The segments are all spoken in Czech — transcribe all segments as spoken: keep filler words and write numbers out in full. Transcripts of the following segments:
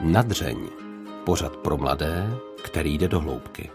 Nadřeň. Pořad pro mladé, který jde do hloubky.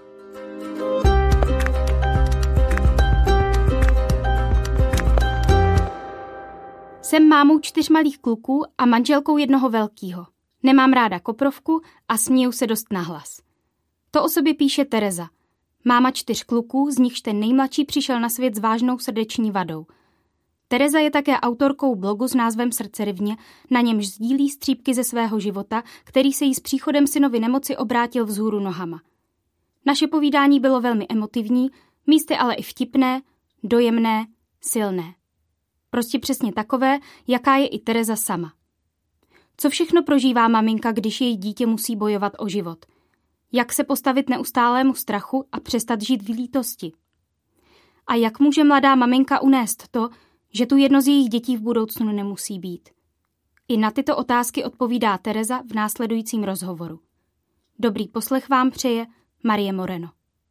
Jsem mámou čtyř malých kluků a manželkou jednoho velkýho. Nemám ráda koprovku a směju se dost nahlas. To o sobě píše Tereza. Máma čtyř kluků, z nichž ten nejmladší přišel na svět s vážnou srdeční vadou. Tereza je také autorkou blogu s názvem Srdce rivně, na němž sdílí střípky ze svého života, který se jí s příchodem synovy nemoci obrátil vzhůru nohama. Naše povídání bylo velmi emotivní, místy ale i vtipné, dojemné, silné. Prostě přesně takové, jaká je i Tereza sama. Co všechno prožívá maminka, když její dítě musí bojovat o život? Jak se postavit neustálému strachu a přestat žít v lítosti? A jak může mladá maminka unést to, že tu jedno z jejich dětí v budoucnu nemusí být? I na tyto otázky odpovídá Tereza v následujícím rozhovoru. Dobrý poslech vám přeje Marie Moreno.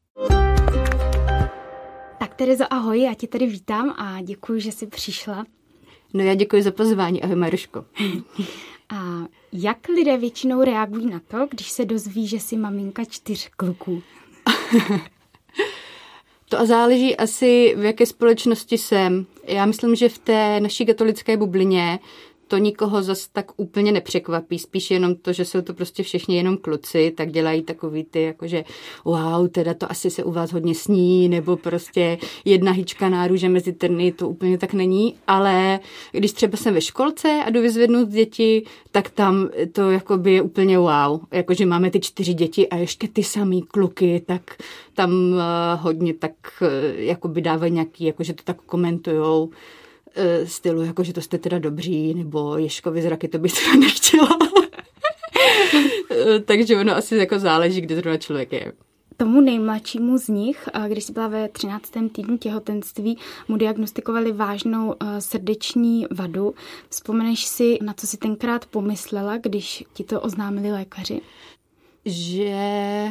Tak Terezo, ahoj, já tě tady vítám a děkuji, že jsi přišla. No já děkuji za pozvání, ahoj Maruško. A jak lidé většinou reagují na to, když se dozví, že jsi maminka čtyř kluků? To a záleží asi, v jaké společnosti jsem. Já myslím, že v té naší katolické bublině to nikoho zas tak úplně nepřekvapí, spíš jenom to, že jsou to prostě všichni jenom kluci, tak dělají takový ty, jakože wow, teda to asi se u vás hodně sní, nebo prostě jedna hyčka náruže mezi trny, to úplně tak není, ale když třeba jsem ve školce a jdu vyzvednout děti, tak tam to jakoby je úplně wow, jakože máme ty čtyři děti a ještě ty samý kluky, tak tam uh, hodně tak uh, jakoby dávají nějaký, jakože to tak komentujou, stylu, jako že to jste teda dobří, nebo Ježkovi zraky, to bych teda nechtěla. Takže ono asi jako záleží, kde zrovna člověk je. Tomu nejmladšímu z nich, když jsi byla ve třináctém týdnu těhotenství, mu diagnostikovali vážnou srdeční vadu. Vzpomeneš si, na co jsi tenkrát pomyslela, když ti to oznámili lékaři? Že...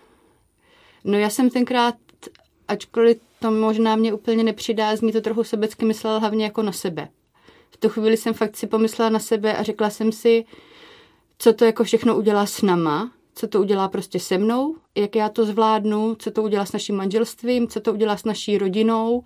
No já jsem tenkrát, ačkoliv to možná mě úplně nepřidá, zní to trochu sebecky, myslela hlavně jako na sebe. V tu chvíli jsem fakt si pomyslela na sebe a řekla jsem si, co to jako všechno udělá s náma, co to udělá prostě se mnou, jak já to zvládnu, co to udělá s naším manželstvím, co to udělá s naší rodinou.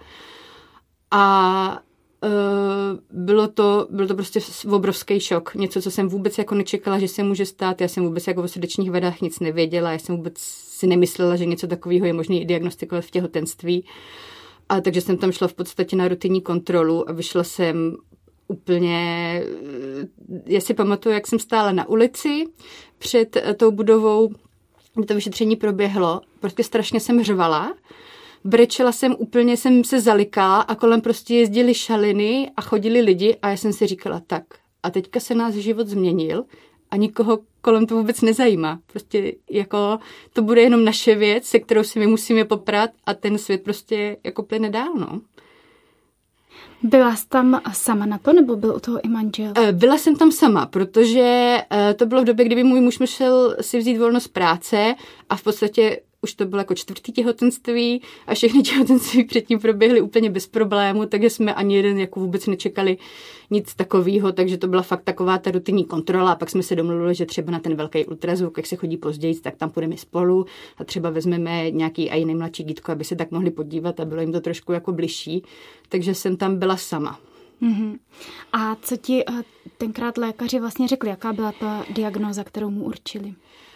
A e, bylo to, bylo to prostě obrovský šok. Něco, co jsem vůbec jako nečekala, že se může stát. Já jsem vůbec jako o srdečních vadách nic nevěděla. Já jsem vůbec si nemyslela, že něco takového je možné diagnostikovat v těhotenství. A takže jsem tam šla v podstatě na rutinní kontrolu a vyšla jsem úplně... Já si pamatuju, jak jsem stála na ulici před tou budovou, kde to vyšetření proběhlo. Prostě strašně jsem řvala. Brečela jsem, úplně jsem se zalikala a kolem prostě jezdily šaliny a chodili lidi a já jsem si říkala tak. A teďka se nás život změnil a nikoho kolem to vůbec nezajímá. Prostě jako to bude jenom naše věc, se kterou si my musíme poprat a ten svět prostě jako plyne dál, no. Byla jsi tam sama na to, nebo byl u toho i manžel? Byla jsem tam sama, protože to bylo v době, kdyby můj muž musel si vzít volno z práce a v podstatě už to bylo jako čtvrtý těhotenství a všechny těhotenství předtím proběhly úplně bez problému, takže jsme ani jeden jako vůbec nečekali nic takového, takže to byla fakt taková ta rutinní kontrola a pak jsme se domluvili, že třeba na ten velký ultrazvuk, jak se chodí později, tak tam půjdeme spolu a třeba vezmeme nějaký a jiný mladší dítko, aby se tak mohli podívat a bylo jim to trošku jako bližší, takže jsem tam byla sama. Mm-hmm. A co ti tenkrát lékaři vlastně řekli, jaká byla ta diagnóza, kterou mu určili?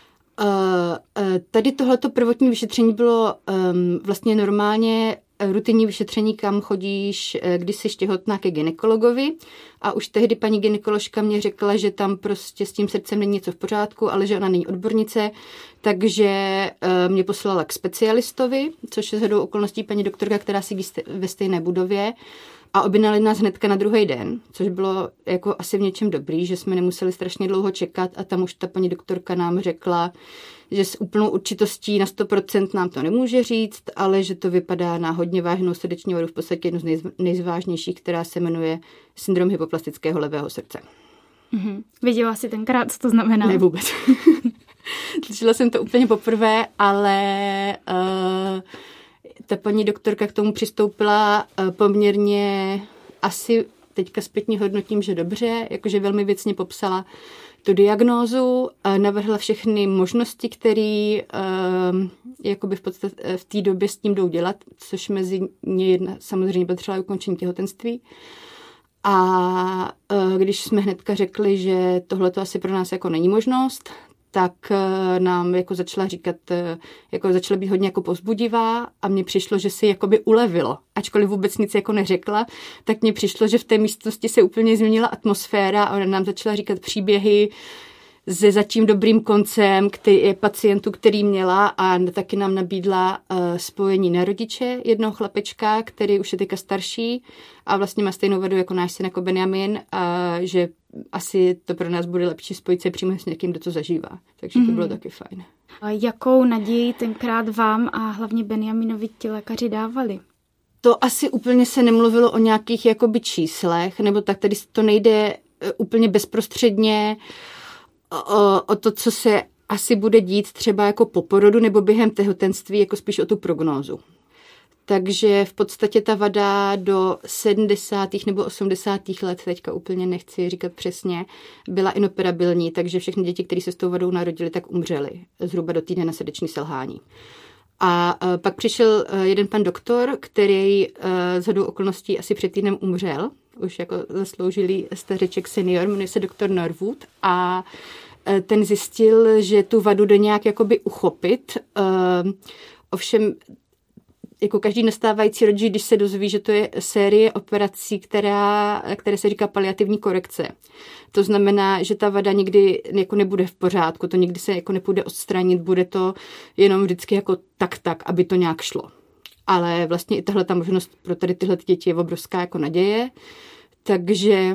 Tady tohleto prvotní vyšetření bylo um, vlastně normálně rutinní vyšetření, kam chodíš, když jsi těhotná, ke gynekologovi a už tehdy paní gynekoložka mě řekla, že tam prostě s tím srdcem není něco v pořádku, ale že ona není odbornice, takže uh, mě poslala k specialistovi, což je shodou okolností paní doktorka, která sedí ve stejné budově. A objednali nás hnedka na druhý den, což bylo jako asi v něčem dobrý, že jsme nemuseli strašně dlouho čekat a tam už ta paní doktorka nám řekla, že s úplnou určitostí na sto procent nám to nemůže říct, ale že to vypadá na hodně vážnou srdeční vadu, v podstatě jednu z nej, nejvážnějších, která se jmenuje syndrom hypoplastického levého srdce. Mm-hmm. Věděla jsi tenkrát, co to znamená? Ne vůbec. Slyšela jsem to úplně poprvé, ale... Uh, ta paní doktorka k tomu přistoupila poměrně asi teďka zpětně hodnotím, že dobře, jakože velmi věcně popsala tu diagnózu, navrhla všechny možnosti, které jakoby v podstatě v té době s tím jdou dělat, což mezi ně jedna samozřejmě patřila ukončení těhotenství. A když jsme hnedka řekli, že tohle to asi pro nás jako není možnost, tak nám jako začala říkat, jako začala být hodně jako povzbudivá a mně přišlo, že si jakoby ulevilo. Ačkoliv vůbec nic jako neřekla, tak mně přišlo, že v té místnosti se úplně změnila atmosféra a ona nám začala říkat příběhy se zatím dobrým koncem který, pacientů, který měla a taky nám nabídla uh, spojení na rodiče jednoho chlapečka, který už je teďka starší a vlastně má stejnou vadu jako náš syn jako Benjamin a že asi to pro nás bude lepší spojit se přímo s někým, kdo to zažívá. Takže mm-hmm. to bylo taky fajn. A jakou naději tenkrát vám a hlavně Benjaminovi ti lékaři dávali? To asi úplně se nemluvilo o nějakých jakoby číslech, nebo tak tady to nejde úplně bezprostředně o, o to, co se asi bude dít třeba jako po porodu nebo během těhotenství, jako spíš o tu prognózu. Takže v podstatě ta vada do sedmdesátých nebo osmdesátých let, teďka úplně nechci říkat přesně, byla inoperabilní, takže všechny děti, které se s tou vadou narodily, tak umřely zhruba do týdne na srdeční selhání. A pak přišel jeden pan doktor, který shodou okolností asi před týdnem umřel, už jako zasloužilý stařeček senior, jmenuje se doktor Norwood a ten zjistil, že tu vadu jde nějak jakoby uchopit. Ovšem jako každý nastávající rodič, když se dozví, že to je série operací, která, které se říká paliativní korekce. To znamená, že ta vada nikdy jako nebude v pořádku, to nikdy se jako nepůjde odstranit, bude to jenom vždycky jako tak tak, aby to nějak šlo. Ale vlastně i tahle ta možnost pro tady tyhle děti je obrovská jako naděje, takže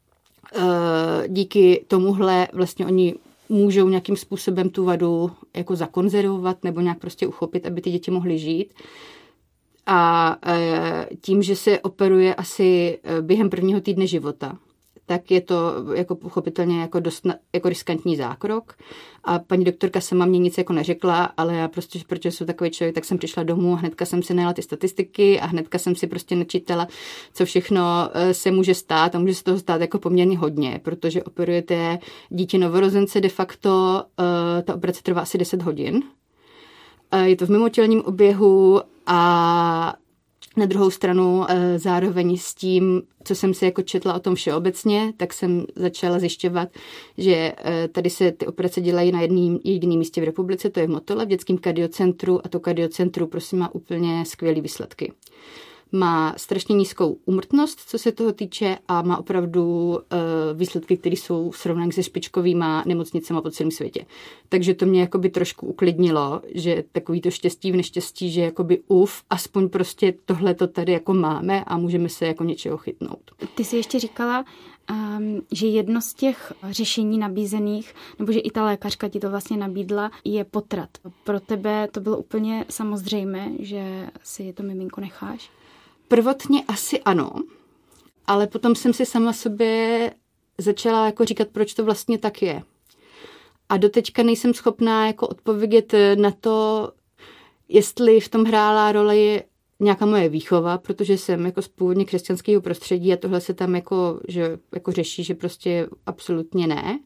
díky tomuhle vlastně oni můžou nějakým způsobem tu vadu jako zakonzervovat nebo nějak prostě uchopit, aby ty děti mohly žít. A tím, že se operuje asi během prvního týdne života, tak je to jako pochopitelně jako dost jako riskantní zákrok. A paní doktorka sama mě nic jako neřekla, ale já prostě, protože jsem takový člověk, tak jsem přišla domů a hnedka jsem si najela ty statistiky a hnedka jsem si prostě načítala, co všechno se může stát a může se toho stát jako poměrně hodně, protože operujete dítě novorozence de facto, ta operace trvá asi deset hodin. Je to v mimotělním oběhu a na druhou stranu zároveň s tím, co jsem si jako četla o tom všeobecně, tak jsem začala zjišťovat, že tady se ty operace dělají na jedním jediném místě v republice, to je v Motole, v dětském kardiocentru a to kardiocentru prosím má úplně skvělé výsledky. Má strašně nízkou úmrtnost, co se toho týče a má opravdu uh, výsledky, které jsou srovnány se špičkovýma nemocnicema po celém světě. Takže to mě jakoby trošku uklidnilo, že takový to štěstí v neštěstí, že jakoby uf, aspoň prostě tohle to tady jako máme a můžeme se jako něčeho chytnout. Ty jsi ještě říkala, um, že jedno z těch řešení nabízených, nebo že i ta lékařka ti to vlastně nabídla, je potrat. Pro tebe to bylo úplně samozřejmé, že si to miminko necháš? Prvotně asi ano, ale potom jsem si sama sobě začala jako říkat, proč to vlastně tak je. A doteďka nejsem schopná jako odpovědět na to, jestli v tom hrála roli nějaká moje výchova, protože jsem jako z původně křesťanského prostředí a tohle se tam jako, že, jako řeší, že prostě absolutně ne.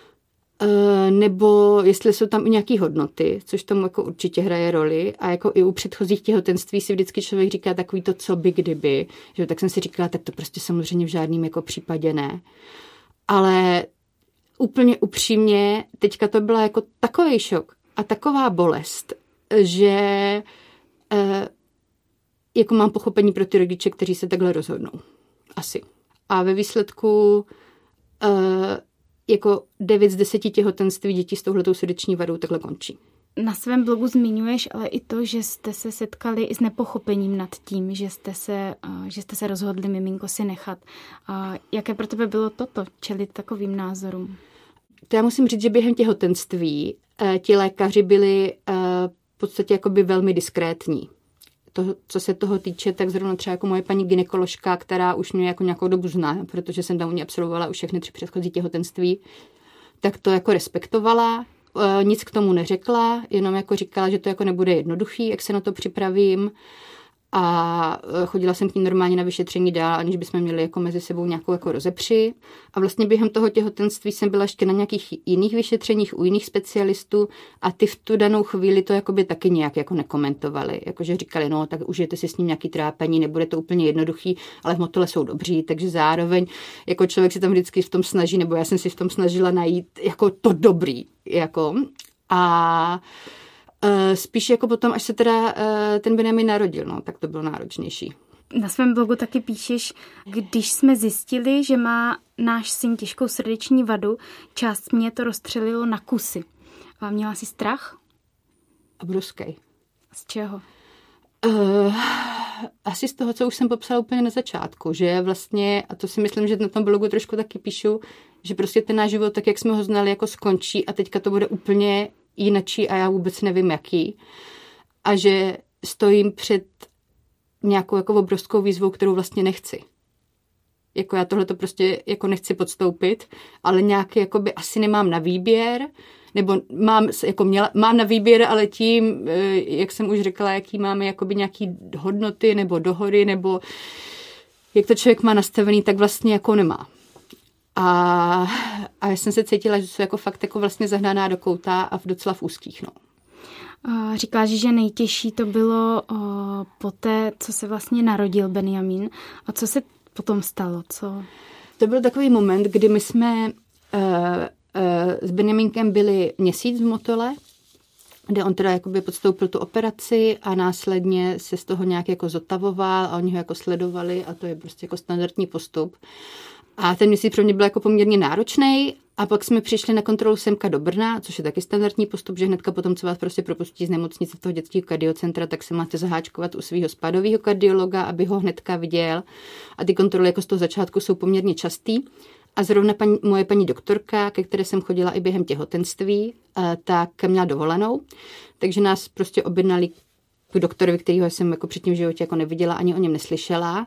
Nebo jestli jsou tam i nějaké hodnoty, což tomu jako určitě hraje roli a jako i u předchozích těhotenství si vždycky člověk říká takový to, co by kdyby, že tak jsem si říkala, tak to prostě samozřejmě v žádném jako případě ne. Ale úplně upřímně, teďka to byla jako takovej šok a taková bolest, že eh, jako mám pochopení pro ty rodiče, kteří se takhle rozhodnou. Asi. A ve výsledku eh, jako devět z deseti těhotenství dětí s touhletou srdeční vadou takhle končí. Na svém blogu zmiňuješ ale i to, že jste se setkali i s nepochopením nad tím, že jste se, že jste se rozhodli miminko si nechat. A jaké pro tebe bylo toto, čelit takovým názorům? To já musím říct, že během těhotenství ti lékaři byli v podstatě jakoby velmi diskrétní. To, co se toho týče, tak zrovna třeba jako moje paní gynekoložka, která už mě jako nějakou dobu zná, protože jsem tam u ní absolvovala už všechny tři předchozí těhotenství, tak to jako respektovala, e, nic k tomu neřekla, jenom jako říkala, že to jako nebude jednoduchý, jak se na to připravím a chodila jsem k ní normálně na vyšetření dál, aniž bychom měli jako mezi sebou nějakou jako rozepři. A vlastně během toho těhotenství jsem byla ještě na nějakých jiných vyšetřeních u jiných specialistů a ty v tu danou chvíli to jakoby taky nějak jako nekomentovali. Jakože říkali, no tak užijete si s ním nějaký trápení, nebude to úplně jednoduchý, ale v Motole jsou dobří, takže zároveň jako člověk si tam vždycky v tom snaží, nebo já jsem si v tom snažila najít jako to dobrý. Jako. A Uh, spíš jako potom, až se teda uh, ten Benjamin narodil, no, tak to bylo náročnější. Na svém blogu taky píšeš, když jsme zjistili, že má náš syn těžkou srdeční vadu, část mě to rozstřelilo na kusy. A měla jsi strach? Obrovský. Z čeho? Uh, asi z toho, co už jsem popsala úplně na začátku, že vlastně, a to si myslím, že na tom blogu trošku taky píšu, že prostě ten náš život, tak jak jsme ho znali, jako skončí a teďka to bude úplně jinačí a já vůbec nevím jaký. A že stojím před nějakou jako obrovskou výzvou, kterou vlastně nechci. Jako já tohle to prostě jako nechci podstoupit, ale nějaký jakoby asi nemám na výběr, nebo mám, jako měla, mám na výběr, ale tím, jak jsem už řekla, jaký máme jakoby nějaký hodnoty nebo dohody, nebo jak to člověk má nastavený, tak vlastně jako nemá. A, a já jsem se cítila, že jsou jako fakt jako vlastně zahnaná do kouta a v docela v úzkých, no. Říkáš, že nejtěžší to bylo o, poté, co se vlastně narodil Benjamin. A co se potom stalo? Co? To byl takový moment, kdy my jsme uh, uh, s Benjaminkem byli měsíc v Motole, kde on teda jakoby podstoupil tu operaci a následně se z toho nějak jako zotavoval a oni ho jako sledovali a to je prostě jako standardní postup. A ten měsíc pro mě byl jako poměrně náročný a pak jsme přišli na kontrolu semka do Brna, což je taky standardní postup, že hnedka potom, co vás prostě propustí z nemocnice v toho dětského kardiocentra, tak se máte zaháčkovat u svého spádového kardiologa, aby ho hnedka viděl. A ty kontroly jako z toho začátku jsou poměrně častý. A zrovna paní, moje paní doktorka, ke které jsem chodila i během těhotenství, tak měla dovolenou. Takže nás prostě objednali k doktorovi, kterýho jsem jako předtím v životě jako neviděla, ani o něm neslyšela.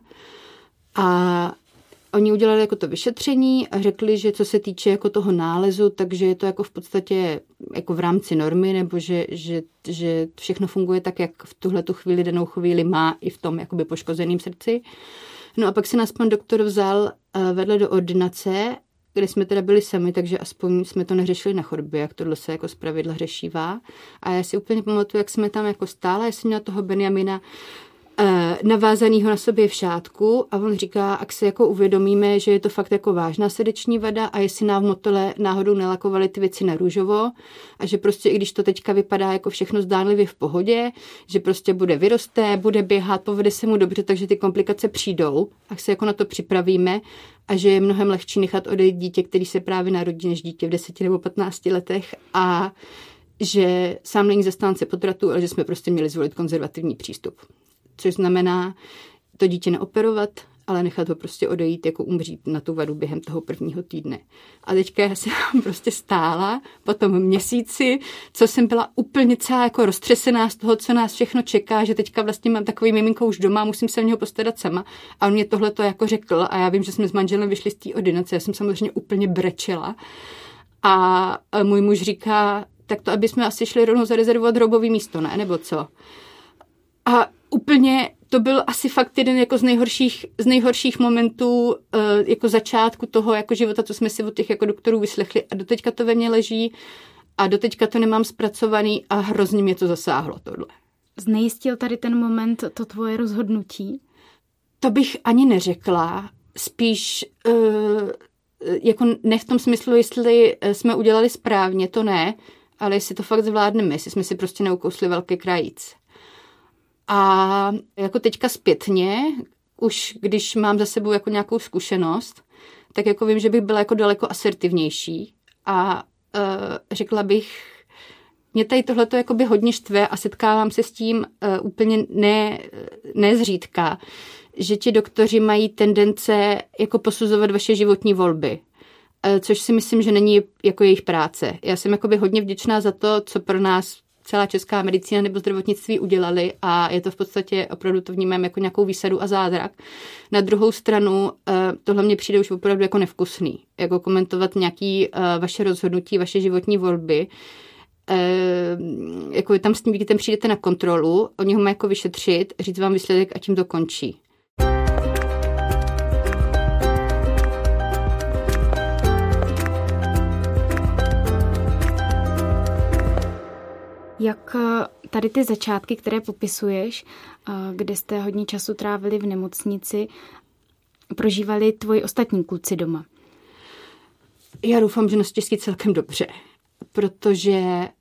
A oni udělali jako to vyšetření a řekli, že co se týče jako toho nálezu, takže je to jako v podstatě jako v rámci normy, nebo že, že, že všechno funguje tak, jak v tuhletu chvíli, danou chvíli má i v tom jakoby poškozeném srdci. No a pak se nás pan doktor vzal vedle do ordinace, kde jsme teda byli sami, takže aspoň jsme to neřešili na chodbě, jak tohle se jako zpravidla řešívá. A já si úplně pamatuju, jak jsme tam jako stále, já jsem měla toho Benjamina navázanýho na sobě v šátku a on říká, ak se jako uvědomíme, že je to fakt jako vážná srdeční vada a jestli nám v Motole náhodou nelakovali ty věci na růžovo a že prostě i když to teďka vypadá jako všechno zdánlivě v pohodě, že prostě bude vyrosté, bude běhat, povede se mu dobře, takže ty komplikace přijdou, ak se jako na to připravíme a že je mnohem lehčí nechat odejít dítě, který se právě narodí, než dítě v deseti nebo patnácti letech a že sám není zastánce potratu, ale že jsme prostě měli zvolit konzervativní přístup. Což znamená to dítě neoperovat, ale nechat ho prostě odejít, jako umřít na tu vadu během toho prvního týdne. A teďka já jsem prostě stála po tom měsíci, co jsem byla úplně celá jako roztřesená z toho, co nás všechno čeká, že teďka vlastně mám takový miminko už doma, musím se o něho postarat sama. A on mě tohle to jako řekl a já vím, že jsme s manželem vyšli z té ordinace, já jsem samozřejmě úplně brečela. A můj muž říká, tak to, aby jsme asi šli rovnou zarezervovat hrobový místo, ne? Nebo co? A úplně to byl asi fakt jeden jako z nejhorších, z nejhorších momentů jako začátku toho jako života, co jsme si od těch jako doktorů vyslechli a doteďka to ve mně leží a doteďka to nemám zpracovaný a hrozně mě to zasáhlo tohle. Znejistil tady ten moment to tvoje rozhodnutí? To bych ani neřekla, spíš uh, jako ne v tom smyslu, jestli jsme udělali správně, to ne, ale jestli to fakt zvládneme, jestli jsme si prostě neukousli velký krajíc. A jako teďka zpětně, už když mám za sebou jako nějakou zkušenost, tak jako vím, že bych byla jako daleko asertivnější a uh, řekla bych, mě tady tohleto jakoby hodně štve a setkávám se s tím uh, úplně ne, nezřídka, že ti doktoři mají tendence jako posuzovat vaše životní volby, uh, což si myslím, že není jako jejich práce. Já jsem jakoby hodně vděčná za to, co pro nás celá česká medicína nebo zdravotnictví udělali a je to v podstatě opravdu to vnímám jako nějakou výsadu a zázrak. Na druhou stranu tohle mně přijde už opravdu jako nevkusný. Jako komentovat nějaký vaše rozhodnutí, vaše životní volby, E, jako tam s tím dítětem přijdete na kontrolu, oni ho mají jako vyšetřit, říct vám výsledek a tím to končí. Jak tady ty začátky, které popisuješ, kde jste hodně času trávili v nemocnici, prožívali tvoji ostatní kluci doma? Já doufám, že naštěstí celkem dobře, protože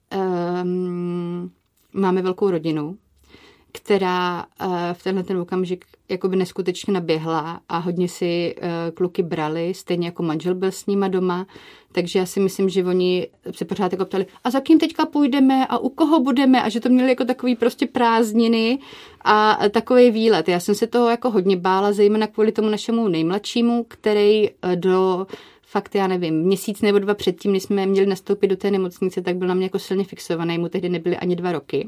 um, máme velkou rodinu, která uh, v tenhle ten okamžik jakoby neskutečně naběhla a hodně si uh, kluky brali, stejně jako manžel byl s nima doma, takže já si myslím, že oni se pořád jako ptali, a za kým teďka půjdeme a u koho budeme a že to měli jako takový prostě prázdniny a takový výlet. Já jsem se toho jako hodně bála, zejména kvůli tomu našemu nejmladšímu, který do fakt, já nevím, měsíc nebo dva předtím, než jsme měli nastoupit do té nemocnice, tak byl na mě jako silně fixovaný, mu tehdy nebyly ani dva roky.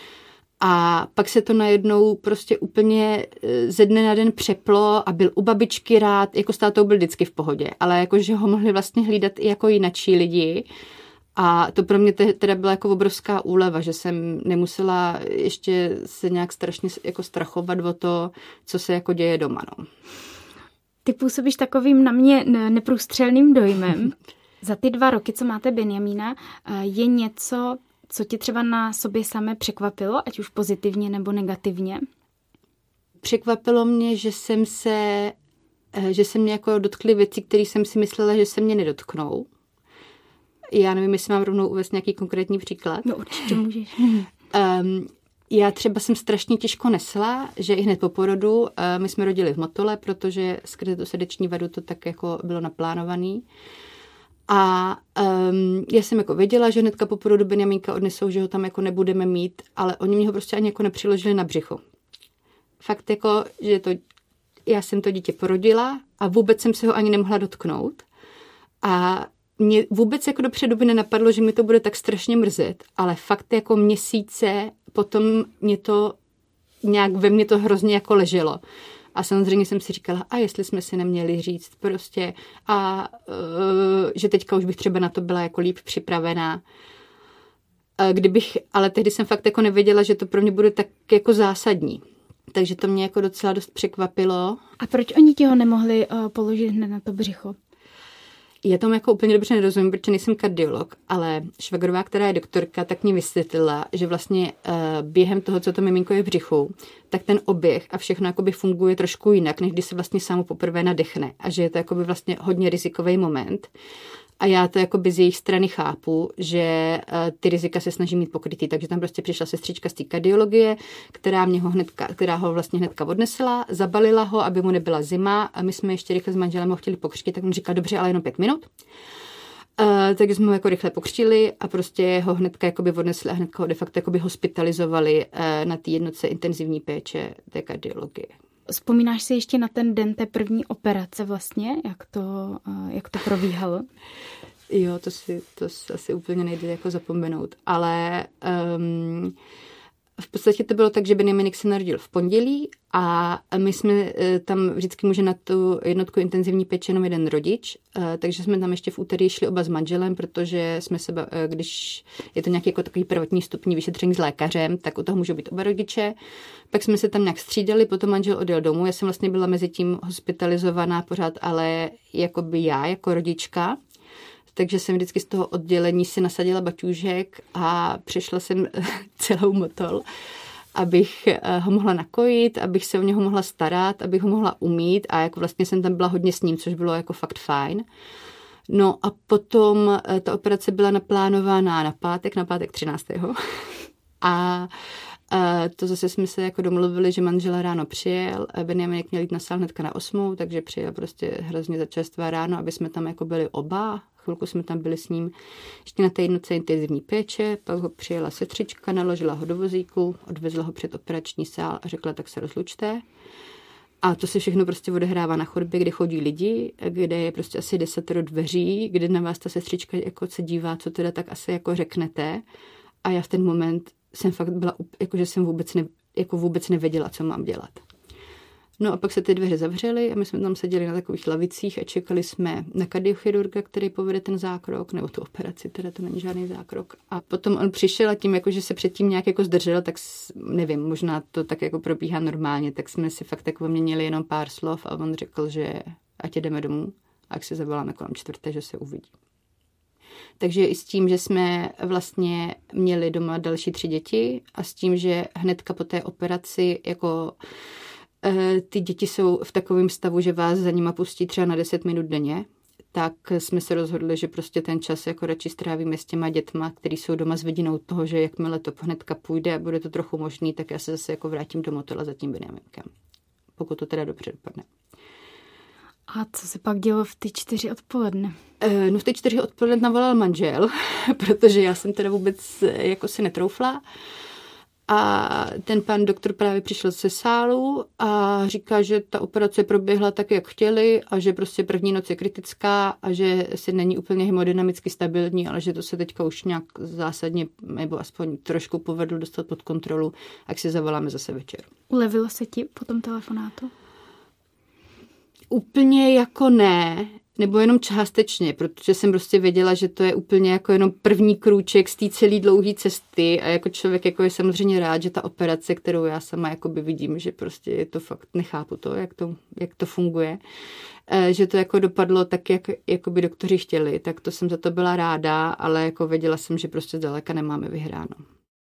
A pak se to najednou prostě úplně ze dne na den přeplo a byl u babičky rád, jako s tátou byl vždycky v pohodě, ale jakože ho mohli vlastně hlídat i jako jinačí lidi. A to pro mě teda byla jako obrovská úleva, že jsem nemusela ještě se nějak strašně jako strachovat o to, co se jako děje doma, no. Ty působíš takovým na mě neprůstřelným dojmem. Za ty dva roky, co máte Benjamína, je něco, co ti třeba na sobě samé překvapilo, ať už pozitivně nebo negativně? Překvapilo mě, že jsem se, že se mě jako dotkly věci, které jsem si myslela, že se mě nedotknou. Já nevím, jestli mám rovnou uvést nějaký konkrétní příklad. No určitě můžeš. Um, Já třeba jsem strašně těžko nesla, že i hned po porodu, uh, my jsme rodili v Motole, protože skrze tu srdeční vadu to tak jako bylo naplánovaný. A um, já jsem jako věděla, že hnedka po porodu Benjamínka odnesou, že ho tam jako nebudeme mít, ale oni mě ho prostě ani jako nepřiložili na břicho. Fakt jako, že to, já jsem to dítě porodila a vůbec jsem se ho ani nemohla dotknout. A mě vůbec jako dopředu by nenapadlo, že mi to bude tak strašně mrzet, ale fakt jako měsíce potom mě to nějak ve mně to hrozně jako leželo. A samozřejmě jsem si říkala, a jestli jsme si neměli říct prostě a uh, že teďka už bych třeba na to byla jako líp připravená. Uh, kdybych, ale tehdy jsem fakt jako nevěděla, že to pro mě bude tak jako zásadní. Takže to mě jako docela dost překvapilo. A proč oni ti ho nemohli uh, položit hned na to břicho? Já tomu jako úplně dobře nerozumím, protože nejsem kardiolog, ale švagrová, která je doktorka, tak mě vysvětlila, že vlastně uh, během toho, co to miminko je v břichu, tak ten oběh a všechno jakoby funguje trošku jinak, než když se vlastně samo poprvé nadechne a že je to jakoby vlastně hodně rizikový moment. A já to jakoby z jejich strany chápu, že uh, ty rizika se snaží mít pokrytý, takže tam prostě přišla sestřička z té kardiologie, která mě ho hnedka, která ho vlastně hnedka odnesla, zabalila ho, aby mu nebyla zima a my jsme ještě rychle s manželem ho chtěli pokřtít, tak on říkal, dobře, ale jenom pět minut. Uh, takže jsme ho jako rychle pokřtili a prostě ho hnedka jakoby odnesli a hnedka ho de facto jakoby hospitalizovali uh, na té jednotce intenzivní péče té kardiologie. Vzpomínáš si ještě na ten den té první operace vlastně, jak to, jak to probíhalo? Jo, to si, to si asi úplně nejde jako zapomenout, ale um, v podstatě to bylo tak, že Benjamínek se narodil v pondělí a my jsme tam vždycky může na tu jednotku intenzivní péče jenom jeden rodič, takže jsme tam ještě v úterý šli oba s manželem, protože jsme se, když je to nějaký jako takový prvotní stupní vyšetření s lékařem, tak u toho můžou být oba rodiče. Pak jsme se tam nějak střídali, potom manžel odjel domů. Já jsem vlastně byla mezi tím hospitalizovaná pořád, ale jakoby já jako rodička. Takže jsem vždycky z toho oddělení si nasadila baťůžek a přešla jsem celou Motol, abych ho mohla nakojit, abych se o něho mohla starat, abych ho mohla umýt a jako vlastně jsem tam byla hodně s ním, což bylo jako fakt fajn. No a potom ta operace byla naplánovaná na pátek, na pátek třináctého A to zase jsme se jako domluvili, že manžel ráno přijel, Benjamínek měl jít na sál hnedka na osmou, takže přijel prostě hrozně začerstvá ráno, aby jsme tam jako byli oba. Chvilku jsme tam byli s ním ještě na té jednotce intenzivní péče, pak ho přijela sestřička, naložila ho do vozíku, odvezla ho před operační sál a řekla, tak se rozlučte. A to se všechno prostě odehrává na chodbě, kde chodí lidi, kde je prostě asi desatero dveří, kde na vás ta sestřička jako se dívá, co teda tak asi jako řeknete. A já v ten moment jsem fakt byla, jako že jsem vůbec, ne, jako vůbec nevěděla, co mám dělat. No a pak se ty dveře zavřely a my jsme tam seděli na takových lavicích a čekali jsme na kardiochirurga, který povede ten zákrok, nebo tu operaci, teda to není žádný zákrok. A potom on přišel a tím, jako, že se předtím nějak jako zdržel, tak nevím, možná to tak jako probíhá normálně, tak jsme si fakt jako měnili jenom pár slov a on řekl, že ať jdeme domů a jak se zavoláme kolem čtvrté, že se uvidí. Takže i s tím, že jsme vlastně měli doma další tři děti a s tím, že hnedka po té operaci jako ty děti jsou v takovém stavu, že vás za nima pustí třeba na deset minut denně, tak jsme se rozhodli, že prostě ten čas jako radši strávíme s těma dětma, který jsou doma s vidinou toho, že jakmile to hnedka půjde a bude to trochu možný, tak já se zase jako vrátím do Motola za tím Benjaminkem. Pokud to teda dobře dopadne. A co se pak dělo v ty čtyři odpoledne? E, no v ty čtyři odpoledne navolal manžel, protože já jsem teda vůbec jako si netroufla. A ten pan doktor právě přišel ze sálu a říká, že ta operace proběhla tak, jak chtěli a že prostě první noc je kritická a že si není úplně hemodynamicky stabilní, ale že to se teďka už nějak zásadně nebo aspoň trošku povedlo dostat pod kontrolu, jak si zavoláme zase večer. Ulevilo se ti po tom telefonátu? Úplně jako ne, nebo jenom částečně, protože jsem prostě věděla, že to je úplně jako jenom první krůček z té celé dlouhé cesty a jako člověk jako je samozřejmě rád, že ta operace, kterou já sama jakoby vidím, že prostě je to fakt, nechápu to, jak to, jak to funguje, že to jako dopadlo tak, jak jakoby doktoři chtěli, tak to jsem za to byla ráda, ale jako věděla jsem, že prostě zdaleka nemáme vyhráno.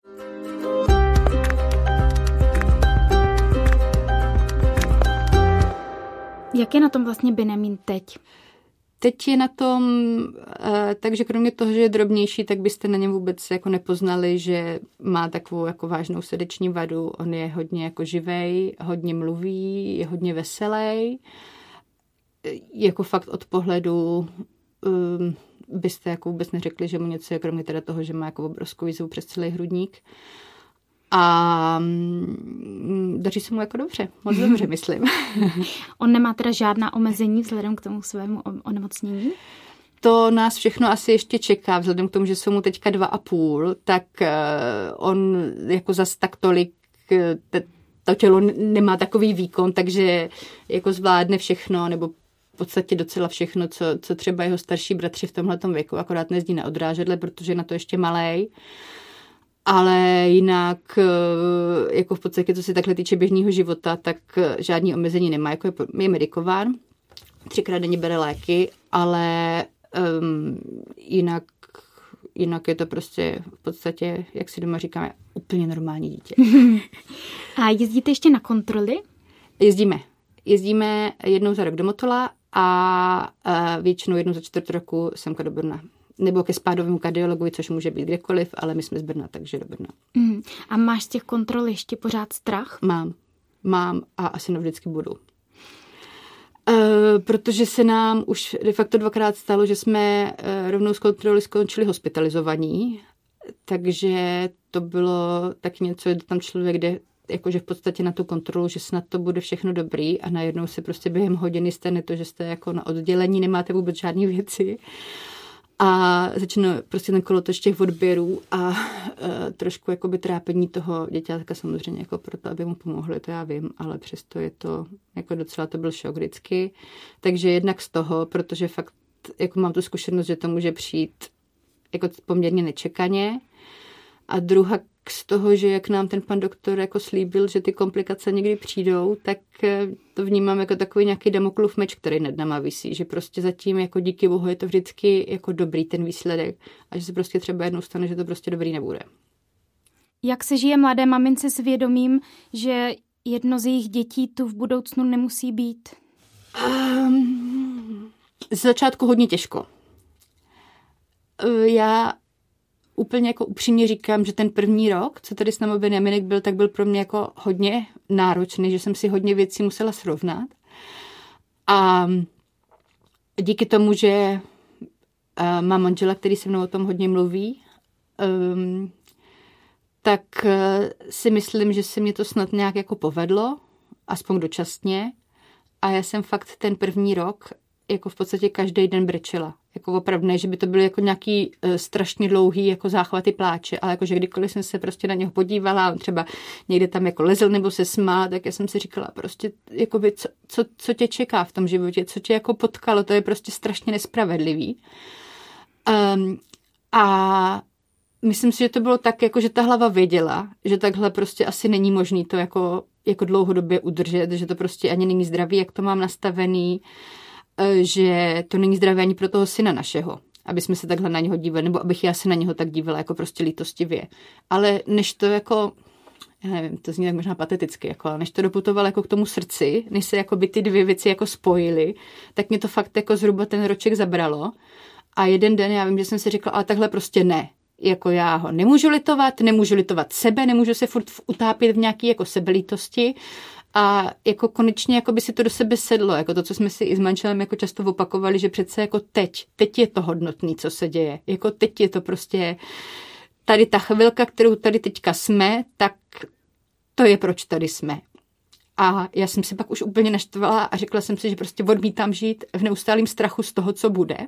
Jak je na tom vlastně Benjamin teď? Teď je na tom, takže kromě toho, že je drobnější, tak byste na něm vůbec jako nepoznali, že má takovou jako vážnou srdeční vadu. On je hodně jako živej, hodně mluví, je hodně veselý. Jako fakt od pohledu um, byste jako vůbec neřekli, že mu něco je, kromě teda toho, že má jako obrovskou jízvu přes celý hrudník. A daří se mu jako dobře, moc dobře, myslím. On nemá teda žádná omezení vzhledem k tomu svému onemocnění? To nás všechno asi ještě čeká, vzhledem k tomu, že jsou mu teďka dva a půl, tak on jako zas tak tolik, to tělo nemá takový výkon, takže jako zvládne všechno, nebo v podstatě docela všechno, co, co třeba jeho starší bratři v tomhletom věku, akorát nejezdí na odrážedle, protože je na to ještě malej. Ale jinak, jako v podstatě, co se takhle týče běžného života, tak žádný omezení nemá. Jako je, je medikován, třikrát denně bere léky, ale um, jinak, jinak je to prostě v podstatě, jak si doma říkáme, úplně normální dítě. A jezdíte ještě na kontroly? Jezdíme. Jezdíme jednou za rok do Motola a, a většinou jednou za čtvrt roku semka do Brna. Nebo ke spádovému kardiologovi, což může být kdekoliv, ale my jsme z Brna, takže do Brna. Mm. A máš z těch kontrol ještě pořád strach? Mám. Mám a asi navždycky budu. E, protože se nám už de facto dvakrát stalo, že jsme e, rovnou z kontroly skončili hospitalizovaní, takže to bylo tak něco, že tam člověk jde jakože v podstatě na tu kontrolu, že snad to bude všechno dobrý a najednou se prostě během hodiny stane to, že jste jako na oddělení, nemáte vůbec žádné věci. A začne prostě ten kolotoč těch odběrů a e, trošku jakoby trápení toho děťátka samozřejmě jako proto, aby mu pomohli, to já vím, ale přesto je to, jako docela to byl šok vždycky. Takže jednak z toho, protože fakt jako mám tu zkušenost, že to může přijít jako poměrně nečekaně. A druhá z toho, že jak nám ten pan doktor jako slíbil, že ty komplikace někdy přijdou, tak to vnímám jako takový nějaký Damoklův meč, který nad náma visí, že prostě zatím jako díky bohu je to vždycky jako dobrý ten výsledek a že se prostě třeba jednou stane, že to prostě dobrý nebude. Jak se žije mladé mamince s vědomím, že jedno z jejich dětí tu v budoucnu nemusí být? Um, z začátku hodně těžko. Já úplně jako upřímně říkám, že ten první rok, co tady s námi Benjaminek byl, tak byl pro mě jako hodně náročný, že jsem si hodně věcí musela srovnat. A díky tomu, že uh, mám manžela, který se mnou o tom hodně mluví, um, tak uh, si myslím, že se mě to snad nějak jako povedlo, aspoň dočasně. A já jsem fakt ten první rok jako v podstatě každý den brečela. Jako opravdu ne, že by to byly jako nějaký uh, strašně dlouhý jako záchvaty pláče, ale jako, že kdykoliv jsem se prostě na něho podívala, on třeba někde tam jako lezl nebo se smál, tak já jsem si říkala prostě, jakoby, co, co, co tě čeká v tom životě, co tě jako potkalo, to je prostě strašně nespravedlivý. Um, a myslím si, že to bylo tak, jako, že ta hlava věděla, že takhle prostě asi není možný to jako, jako dlouhodobě udržet, že to prostě ani není zdravý, jak to mám nastavený, že to není zdravé ani pro toho syna našeho, aby jsme se takhle na něho dívali, nebo abych já se na něho tak dívala, jako prostě lítostivě. Ale než to jako, já nevím, to zní tak možná pateticky, jako, než to doputovalo jako k tomu srdci, než se jako by ty dvě věci jako spojily, tak mě to fakt jako zhruba ten roček zabralo. A jeden den já vím, že jsem si řekla, ale takhle prostě ne. Jako já ho nemůžu litovat, nemůžu litovat sebe, nemůžu se furt utápět v nějaký jako sebelítosti. A jako konečně jako by si to do sebe sedlo, jako to, co jsme si i s manželem jako často opakovali, že přece jako teď, teď je to hodnotný, co se děje. Jako teď je to prostě tady ta chvilka, kterou tady teďka jsme, tak to je, proč tady jsme. A já jsem si pak už úplně naštvala a řekla jsem si, že prostě odmítám žít v neustálém strachu z toho, co bude.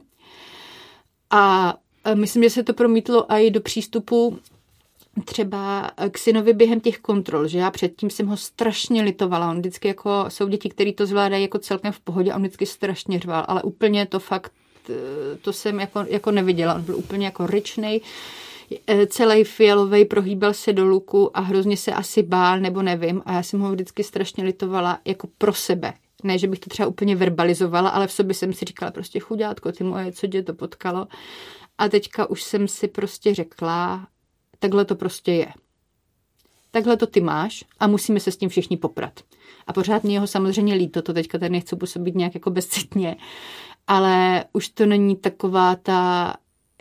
A myslím, že se to promítlo i do přístupu třeba k synovi během těch kontrol, že já předtím jsem ho strašně litovala. On vždycky jako, jsou děti, které to zvládají jako celkem v pohodě a on vždycky strašně řval, ale úplně to fakt, to jsem jako, jako neviděla. On byl úplně jako ryčnej, celý fialovej, prohýbal se do luku a hrozně se asi bál, nebo nevím. A já jsem ho vždycky strašně litovala jako pro sebe. Ne, že bych to třeba úplně verbalizovala, ale v sobě jsem si říkala prostě chudátko, ty moje, co tě to potkalo. A teďka už jsem si prostě řekla, takhle to prostě je. Takhle to ty máš a musíme se s tím všichni poprat. A pořád mě ho samozřejmě líto, to teďka tady nechci působit nějak jako bezcitně, ale už to není taková ta,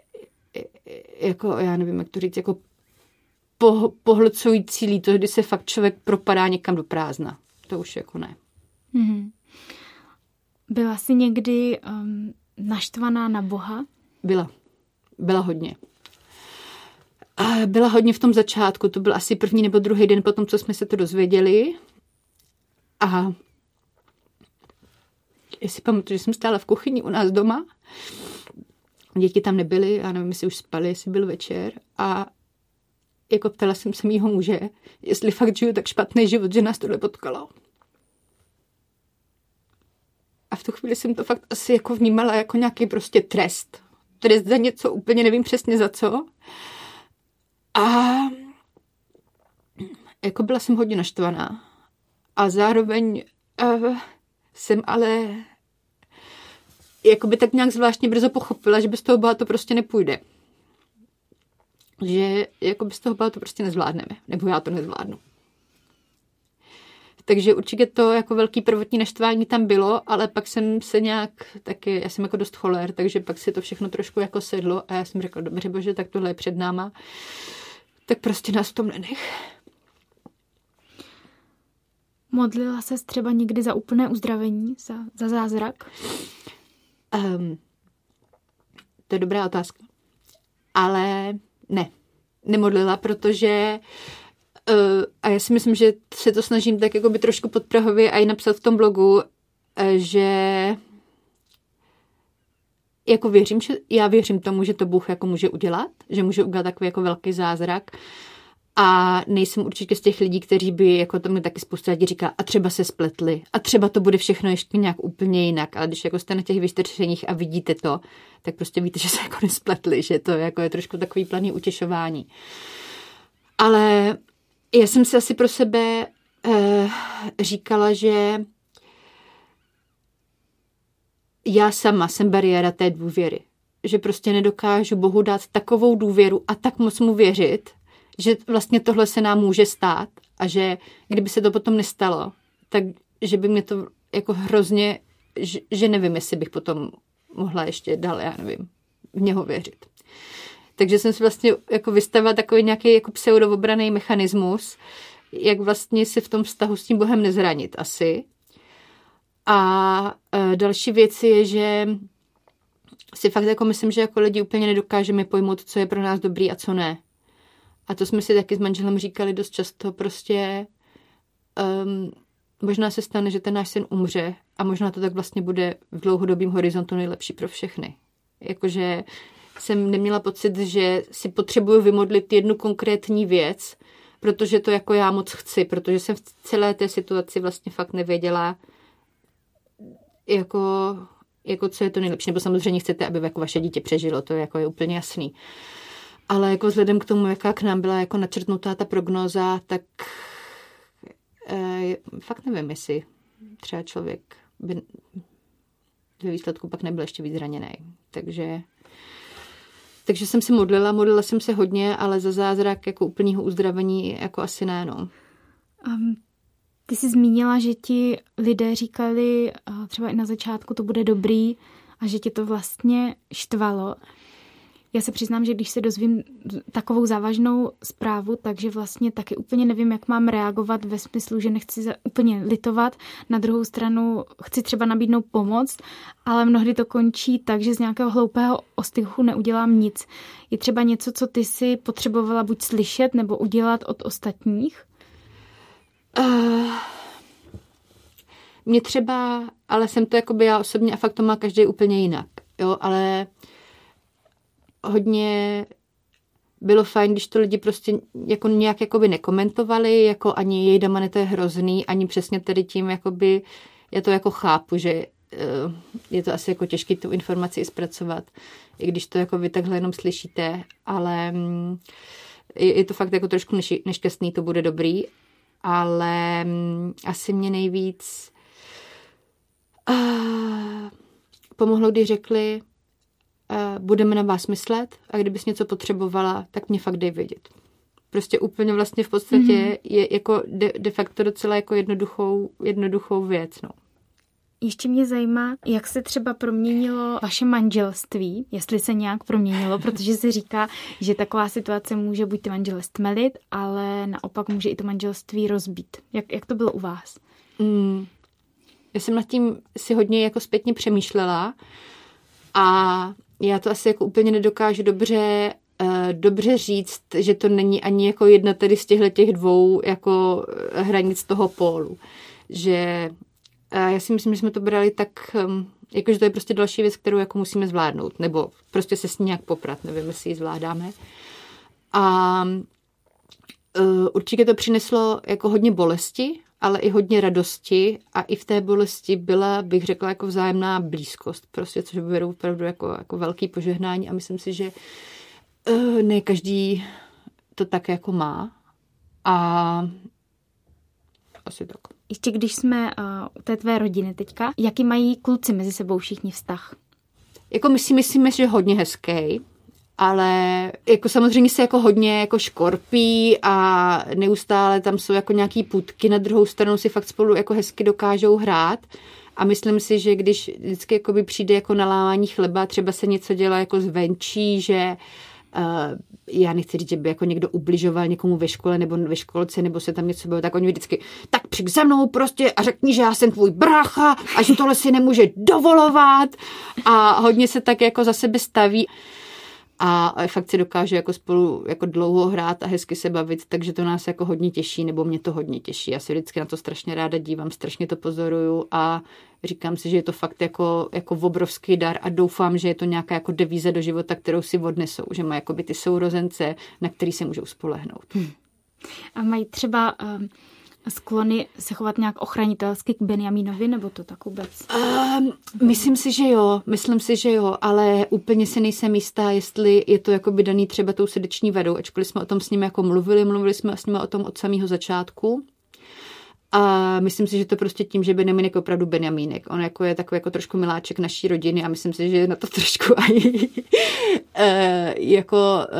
jako já nevím, jak to říct, jako po, pohlcující líto, kdy se fakt člověk propadá někam do prázdna. To už jako ne. Mm-hmm. Byla jsi někdy um, naštvaná na Boha? Byla. Byla hodně. A byla hodně v tom začátku. To byl asi první nebo druhý den po tom, co jsme se to dozvěděli. A já si pamatuju, že jsem stála v kuchyni u nás doma. Děti tam nebyly, já nevím, jestli už spali, jestli byl večer. A jako ptala jsem se mýho muže, jestli fakt žiju tak špatný život, že nás tohle potkalo. A v tu chvíli jsem to fakt asi jako vnímala jako nějaký prostě trest. Trest za něco, úplně nevím přesně za co. A jako byla jsem hodně naštvaná. A zároveň uh, jsem ale jakoby tak nějak zvláštně brzo pochopila, že bez toho Boha to prostě nepůjde. Že jako bez toho Boha to prostě nezvládneme. Nebo já to nezvládnu. Takže určitě to jako velký prvotní naštvání tam bylo, ale pak jsem se nějak taky, já jsem jako dost cholér, takže pak si to všechno trošku jako sedlo a já jsem řekla, dobře bože, tak tohle je před náma, tak prostě nás v tom nenech. Modlila ses třeba někdy za úplné uzdravení, za, za zázrak? Um, to je dobrá otázka. Ale ne, nemodlila, protože Uh, a já si myslím, že se to snažím tak jako by trošku podprahově a i napsat v tom blogu, uh, že jako věřím, že já věřím tomu, že to Bůh jako může udělat, že může udělat takový jako velký zázrak a nejsem určitě z těch lidí, kteří by jako to mi taky spousta lidí říká a třeba se spletli a třeba to bude všechno ještě nějak úplně jinak, ale když jako jste na těch vyšetřeních a vidíte to, tak prostě víte, že se jako nespletli, že to jako je trošku takový planý utěšování. Ale já jsem si asi pro sebe eh, říkala, že já sama jsem bariéra té důvěry. Že prostě nedokážu Bohu dát takovou důvěru a tak moc mu věřit, že vlastně tohle se nám může stát a že kdyby se to potom nestalo, tak že by mě to jako hrozně, že, že nevím, jestli bych potom mohla ještě dál, já nevím, v něho věřit. Takže jsem si vlastně jako vystavila takový nějaký jako pseudoobraný mechanismus, jak vlastně si v tom vztahu s tím Bohem nezranit asi. A e, další věc je, že si fakt jako myslím, že jako lidi úplně nedokážeme pojmout, co je pro nás dobrý a co ne. A to jsme si taky s manželem říkali dost často, prostě um, možná se stane, že ten náš syn umře a možná to tak vlastně bude v dlouhodobém horizontu nejlepší pro všechny. Jakože jsem neměla pocit, že si potřebuju vymodlit jednu konkrétní věc, protože to jako já moc chci, protože jsem v celé té situaci vlastně fakt nevěděla, jako, jako co je to nejlepší. Nebo samozřejmě chcete, aby jako vaše dítě přežilo, to je, jako je úplně jasný. Ale jako vzhledem k tomu, jaká k nám byla jako načrtnutá ta prognóza, tak e, fakt nevím, jestli třeba člověk by ve výsledku pak nebyl ještě víc zraněný. Takže, takže jsem se modlila, modlila jsem se hodně, ale za zázrak jako úplného uzdravení jako asi ne, no. Um, ty jsi zmínila, že ti lidé říkali uh, třeba i na začátku, to bude dobrý a že tě to vlastně štvalo. Já se přiznám, že když se dozvím takovou závažnou zprávu, takže vlastně taky úplně nevím, jak mám reagovat ve smyslu, že nechci úplně litovat. Na druhou stranu chci třeba nabídnout pomoc, ale mnohdy to končí tak, že z nějakého hloupého ostychu neudělám nic. Je třeba něco, co ty si potřebovala buď slyšet nebo udělat od ostatních? Uh, mě třeba, ale jsem to jakoby já osobně a fakt to má každý úplně jinak. Jo, ale hodně bylo fajn, když to lidi prostě jako nějak jakoby nekomentovali, jako ani jej dama, to je hrozný, ani přesně tady tím, jakoby, já to jako chápu, že uh, je to asi jako těžké tu informaci i zpracovat, i když to jako vy takhle jenom slyšíte, ale um, je, je to fakt jako trošku neši, nešťastný, to bude dobrý, ale um, asi mě nejvíc uh, pomohlo, když řekli, budeme na vás myslet a kdybys něco potřebovala, tak mě fakt dej vědět. Prostě úplně vlastně v podstatě mm-hmm. je jako de, de facto docela jako jednoduchou, jednoduchou věc. No. Ještě mě zajímá, jak se třeba proměnilo vaše manželství, jestli se nějak proměnilo, protože se říká, že taková situace může buď ty manžele stmelit, ale naopak může i to manželství rozbít. Jak, jak to bylo u vás? Mm. Já jsem nad tím si hodně jako zpětně přemýšlela a já to asi jako úplně nedokážu dobře, uh, dobře říct, že to není ani jako jedna tedy z těchto těch dvou jako hranic toho pólu. Že uh, já si myslím, že jsme to brali tak, um, jako že to je prostě další věc, kterou jako musíme zvládnout, nebo prostě se s ní nějak poprat, nevím, jestli ji zvládáme. A uh, určitě to přineslo jako hodně bolesti, ale i hodně radosti a i v té bolesti byla, bych řekla, jako vzájemná blízkost, prostě, což beru opravdu jako, jako velký požehnání a myslím si, že uh, ne každý to tak jako má a asi tak. Ještě když jsme uh, u té tvé rodiny teďka, jaký mají kluci mezi sebou všichni vztah? Jako my si myslíme, že hodně hezký, ale jako samozřejmě se jako hodně jako škorpí a neustále tam jsou jako nějaký půtky, na druhou stranu si fakt spolu jako hezky dokážou hrát a myslím si, že když vždycky jakoby přijde jako nalámání chleba, třeba se něco dělá jako zvenčí, že uh, já nechci říct, že by jako někdo ubližoval někomu ve škole nebo ve školce, nebo se tam něco bylo, tak oni vždycky, tak přijď za mnou prostě a řekni, že já jsem tvůj brácha a že tohle si nemůže dovolovat a hodně se tak jako za sebe staví. A fakt si dokáže jako spolu jako dlouho hrát a hezky se bavit, takže to nás jako hodně těší, nebo mě to hodně těší. Já se vždycky na to strašně ráda dívám, strašně to pozoruju a říkám si, že je to fakt jako, jako obrovský dar a doufám, že je to nějaká jako devíza do života, kterou si odnesou, že mají jakoby ty sourozence, na který se můžou spolehnout. Hmm. A mají třeba um, sklony se chovat nějak ochranitelsky k Benjamínovi, nebo to tak vůbec? Um, myslím si, že jo, myslím si, že jo, ale úplně si nejsem jistá, jestli je to jakoby daný třeba tou srdeční vadou, ačkoliv jsme o tom s nimi jako mluvili, mluvili jsme s nimi o tom od samého začátku. A myslím si, že to prostě tím, že Benjamínek je opravdu Benjamínek. On jako je takový jako trošku miláček naší rodiny a myslím si, že na to trošku aj jako,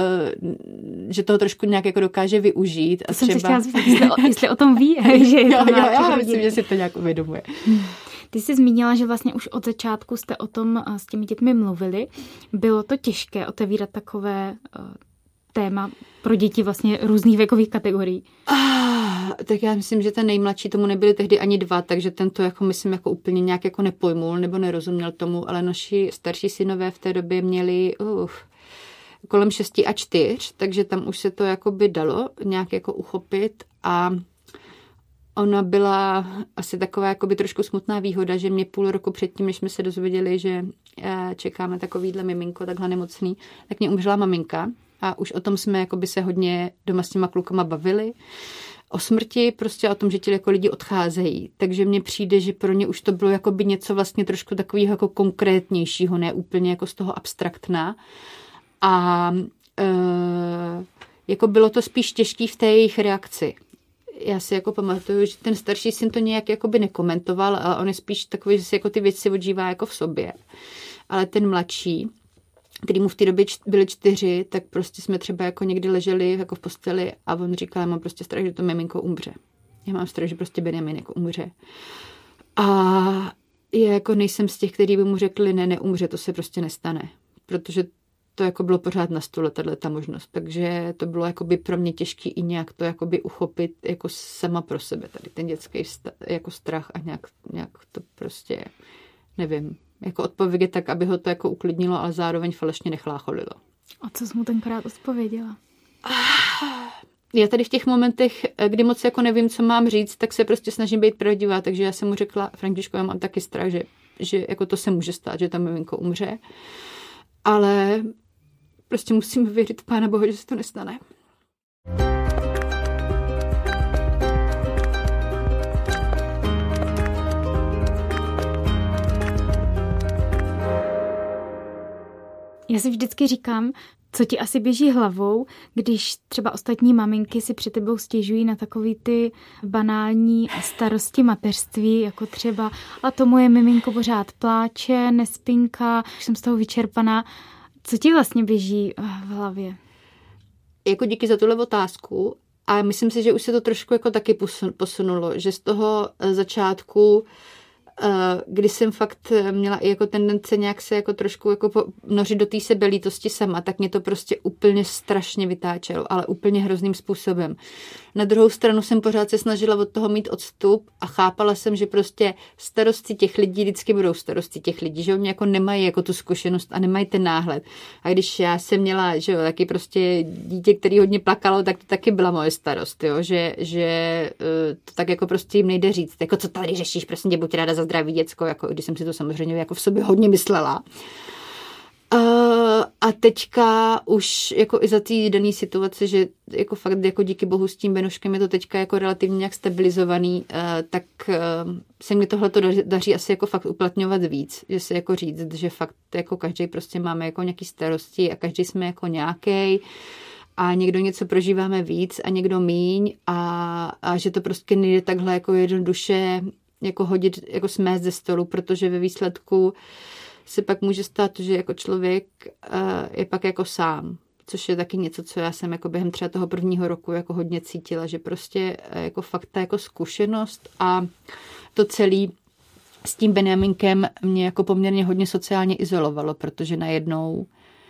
že toho trošku nějak jako dokáže využít. A jsem třeba... se chtěla zvědět, jestli, o, jestli o tom ví, že je jo, to jo, já rodiny. myslím, že si to nějak uvědomuje. Ty jsi zmínila, že vlastně už od začátku jste o tom s těmi dětmi mluvili. Bylo to těžké otevírat takové téma pro děti vlastně různých věkových kategorií? Ah, tak já myslím, že ten nejmladší, tomu nebyly tehdy ani dva, takže ten to jako myslím jako úplně nějak jako nepojmul nebo nerozuměl tomu, ale naši starší synové v té době měli uh, kolem šesti a čtyř, takže tam už se to jako by dalo nějak jako uchopit a ona byla asi taková jakoby trošku smutná výhoda, že mě půl roku předtím, než jsme se dozvěděli, že čekáme takovýhle miminko, takhle nemocný, tak mě umřela maminka a už o tom jsme jakoby se hodně doma s těma klukama bavili. O smrti, prostě o tom, že ti jako lidi odcházejí. Takže mně přijde, že pro ně už to bylo jakoby něco vlastně trošku takového jako konkrétnějšího, ne úplně jako z toho abstraktná. A e, jako bylo to spíš těžký v té jejich reakci. Já si jako pamatuju, že ten starší syn to nějak jakoby nekomentoval, ale on je spíš takový, že si jako ty věci odžívá jako v sobě. Ale ten mladší, který mu v té době byly čtyři, tak prostě jsme třeba jako někdy leželi jako v posteli a on říkal, já mám prostě strach, že to miminko umře. Já mám strach, že prostě Benjamin jako umře. A já jako nejsem z těch, kteří by mu řekli, ne, neumře, to se prostě nestane. Protože to jako bylo pořád na stole, tato možnost. Takže to bylo jakoby pro mě těžké i nějak to jakoby uchopit jako sama pro sebe, tady ten dětský jako strach a nějak, nějak to prostě, nevím, jako odpovědět tak, aby ho to jako uklidnilo, ale zároveň falešně nechlácholilo. A co jsi mu tenkrát odpověděla? Já tady v těch momentech, kdy moc jako nevím, co mám říct, tak se prostě snažím být pravdivá, takže já jsem mu řekla, Františku, já mám taky strach, že, že jako to se může stát, že tam miminko umře, ale prostě musím věřit Pána Boha, že se to nestane. Já si vždycky říkám, co ti asi běží hlavou, když třeba ostatní maminky si před tebou stěžují na takový ty banální starosti mateřství, jako třeba a to moje miminko pořád pláče, nespinká, už jsem z toho vyčerpaná. Co ti vlastně běží v hlavě? Jako díky za tuhle otázku a myslím si, že už se to trošku jako taky posunulo, že z toho začátku, kdy jsem fakt měla i jako tendence nějak se jako trošku jako nořit do té sebelítosti sama, tak mě to prostě úplně strašně vytáčelo, ale úplně hrozným způsobem. Na druhou stranu jsem pořád se snažila od toho mít odstup a chápala jsem, že prostě starosti těch lidí vždycky budou starosti těch lidí, že oni jako nemají jako tu zkušenost a nemají ten náhled. A když já jsem měla, že jo, taky prostě dítě, který hodně plakalo, tak to taky byla moje starost, jo, že, že to tak jako prostě jim nejde říct. Jako co tady řešíš, prostě buď ráda za zdraví děcko, jako když jsem si to samozřejmě jako v sobě hodně myslela. Uh, a teďka už jako i za té dané situace, že jako fakt jako díky bohu s tím Benoškem je to teďka jako relativně nějak stabilizovaný, uh, tak uh, se mi tohle to daří, daří asi jako fakt uplatňovat víc, že se jako říct, že fakt jako každý prostě máme jako nějaký starosti a každý jsme jako nějaký a někdo něco prožíváme víc a někdo míň a, a že to prostě nejde takhle jako jednoduše jako hodit, jako smést ze stolu, protože ve výsledku se pak může stát, že jako člověk uh, je pak jako sám, což je taky něco, co já jsem jako během třeba toho prvního roku jako hodně cítila, že prostě uh, jako fakt ta jako zkušenost a to celý s tím Benjaminkem mě jako poměrně hodně sociálně izolovalo, protože najednou